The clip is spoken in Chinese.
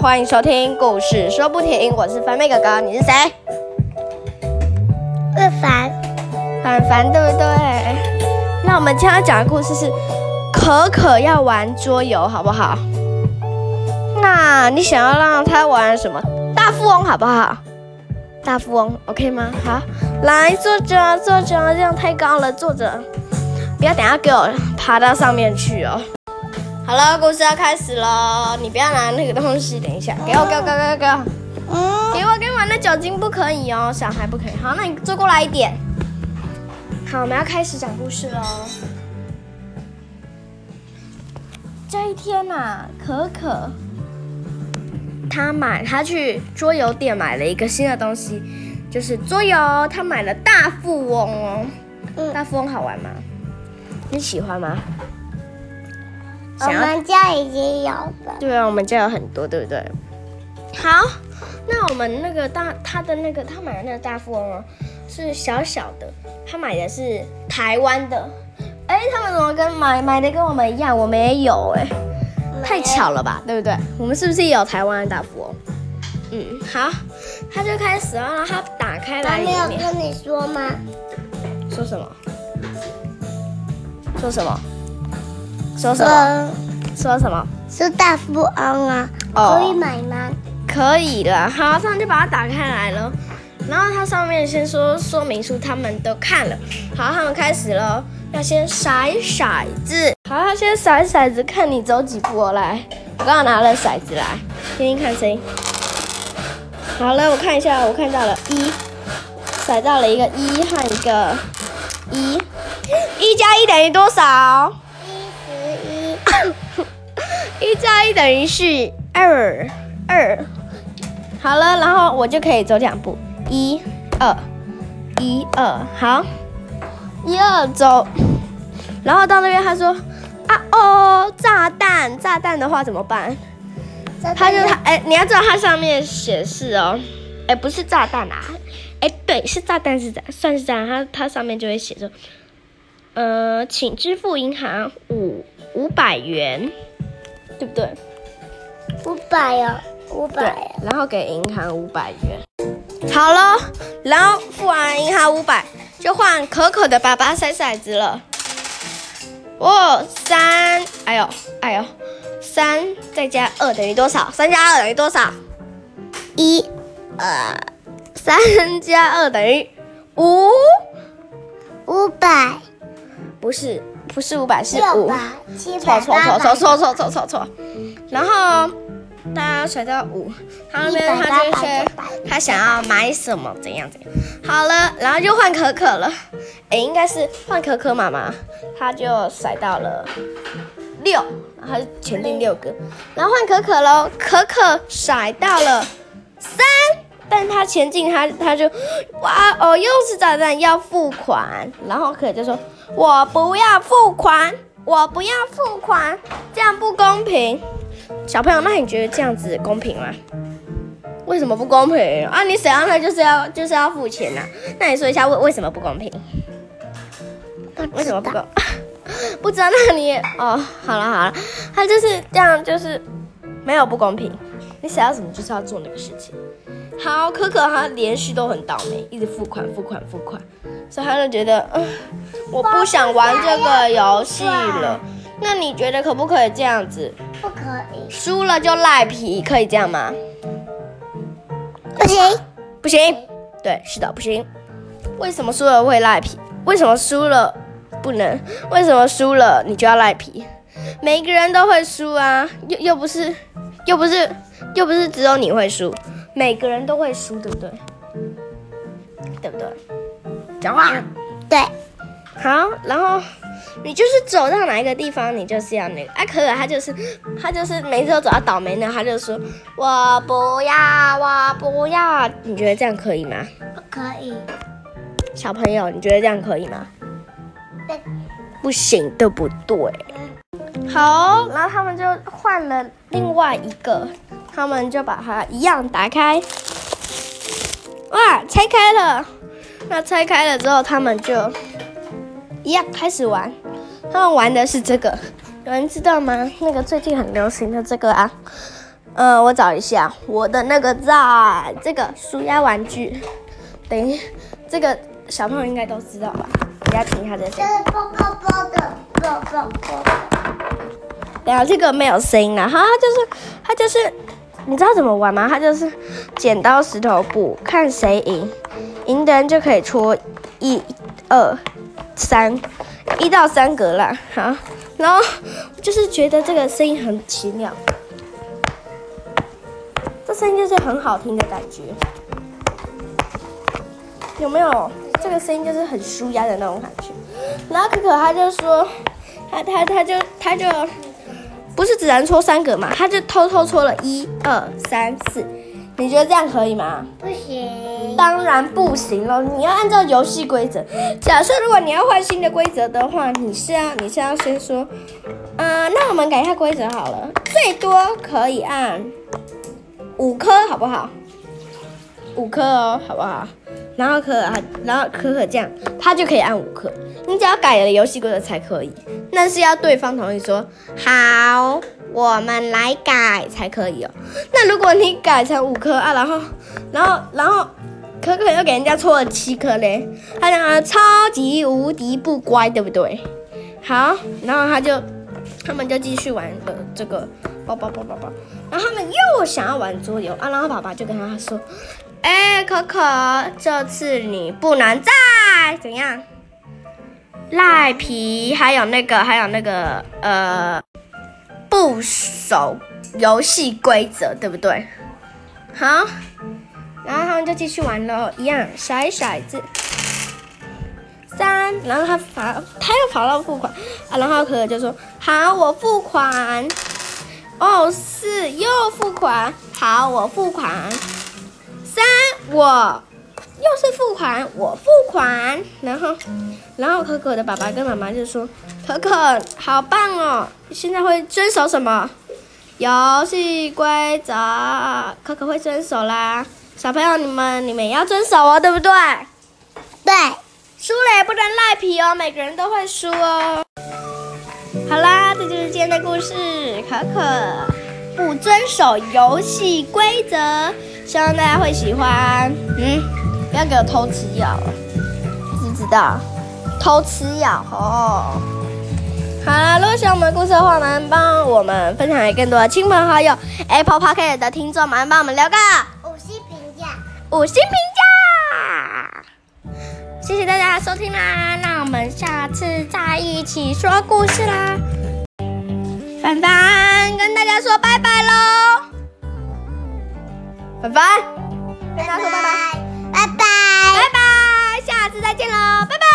欢迎收听故事说不停，我是番妹哥哥，你是谁？ 二凡， 凡对不对？那我们今天要讲的故事是可可要玩桌游，好不好？那你想要让他玩什么？大富翁好不好？大富翁 OK 吗？好，来坐着，这样太高了，坐着，不要等下给我爬到上面去哦。好了，故事要开始了，你不要拿那个东西，等一下，给我，给我玩的酒精不可以哦，小孩不可以。好，那你坐过来一点。好，我们要开始讲故事喽。这一天啊，可可他去桌游店买了一个新的东西，就是桌游，他买了大富翁哦。大富翁好玩吗？你喜欢吗？ 我们家已经有了。 对啊，我们家有很多，对不对？好，那我们那个他买的那个大富翁哦，是小小的，他买的是台湾的。哎，他们怎么跟买的跟我们一样？我们也有哎，太巧了吧，对不对？我们是不是也有台湾的大富翁？好，他就开始了，然后他打开来里面。 他没有跟你说吗？ 说什么？说什么？ 是大富翁啊，可以买吗？ 可以了，好，这样就把它打开来了。然后它上面先说说明书，他们都看了。好，他们开始了，要先骰骰子。好，他先骰骰子，看你走几步哦。来，我刚刚拿了骰子来，听听看声音。好了，我看一下，我看到了1，骰到了一个1和一个1，1加1等于多少？1加1等于是2。好了，然后我就可以走2步，1、2，好，1、2走。然后到那边他说炸弹的话怎么办？你要知道它上面显示哦，不是炸弹啊，对，是炸弹，算是炸弹，它上面就会写着，请支付银行500元，对不对 ？500哦，500。 然后给银行500元。好了，然后付完银行500，就换可可的爸爸骰骰子了。3，哎呦，3再加2等于多少？3加2等于多少？3加2等于500。不是500，是5。错。然后大家甩到5，他那边他就说他想要买什么，怎样。好了，然后就换可可了。应该是换可可妈妈，他就甩到了6，然后他前进6个，然后换可可喽。可可甩到了3，但他前进他就又是炸弹要付款，然后可可就说我不要付款，这样不公平。小朋友，那你觉得这样子公平吗？为什么不公平啊？你谁让他就是要付钱啊？那你说一下为什么不公平？为什么不公平？不知道，那你好了，他就是这样，就是没有不公平。你想要什么就是要做那个事情。好，可可他连续都很倒霉，一直付款，所以他就觉得我不想玩这个游戏了。那你觉得可不可以这样子？ 不可以。 输了就赖皮，可以这样吗？不行。对，是的，不行。为什么输了会赖皮？为什么输了不能？为什么输了你就要赖皮？每个人都会输啊，又不是只有你会输，每个人都会输，对不对？讲话。 对。 好，然后你就是走到哪一个地方，你就是要那个。可可他就是每次都走到倒霉那，他就说我不要。你觉得这样可以吗？ 不可以。 小朋友，你觉得这样可以吗？ 对。不行，对不对？好，然后他们就换了另外一个，他们就把它一样打开。哇，拆开了。那拆开了之后，他们就一样开始玩。他们玩的是这个，有人知道吗？那个最近很流行的这个啊， 我找一下我的那个在这个舒压玩具。等一下，这个小朋友应该都知道吧？大家听一下这声音。 这是啵啵啵的，啵啵啵的。 等一下这个没有声音了，它就是，你知道怎么玩吗？它就是剪刀石头布，看谁赢，赢的人就可以戳1、2、3，1到3格啦。好，然后就是觉得这个声音很奇妙。这声音就是很好听的感觉，有没有？这个声音就是很舒压的那种感觉。然后可可他就说，他就不是只能戳3格嘛，他就偷偷戳了1、2、3、4。你觉得这样可以吗？ 不行。 当然不行了，你要按照游戏规则。假设如果你要换新的规则的话，你是要先说，那我们改一下规则好了，最多可以按5颗，好不好？5颗哦，好不好？然后可可这样，他就可以按5颗。你只要改了游戏规则才可以，那是要对方同意说好，我们来改才可以哦。那如果你改成5颗啊，然后可可又给人家戳了7颗嘞，他讲超级无敌不乖，对不对？好，然后他们就继续玩的这个包，然后他们又想要玩桌游啊，然后爸爸就跟他说，可可，这次你不能再怎样赖皮，还有那个不守游戏规则，对不对？好，然后他们就继续玩了，一样骰子。3，然后他又跑到付款啊，然后可可就说好，我付款。4又付款，好，我付款。3我又是付款，我付款。然后可可的爸爸跟妈妈就说，可可好棒哦，现在会遵守什么游戏规则？可可会遵守啦，小朋友你们也要遵守哦，对不对？ 对。 输了也不能赖皮哦，每个人都会输哦。好啦，这就是今天的故事。可可不遵守游戏规则，希望大家会喜欢。不要给我偷吃药了，知不知道？偷吃药哦。好啦，如果喜欢我们的故事的话，麻烦帮我们分享给更多的亲朋好友。Apple Podcast 的听众，麻烦帮我们留个 5星评价。 5星评价。谢谢大家的收听啦，那我们下次再一起说故事啦。凡凡跟大家说拜拜喽。凡凡跟大家说拜拜。 拜拜。 拜拜，下次再见喽，拜拜。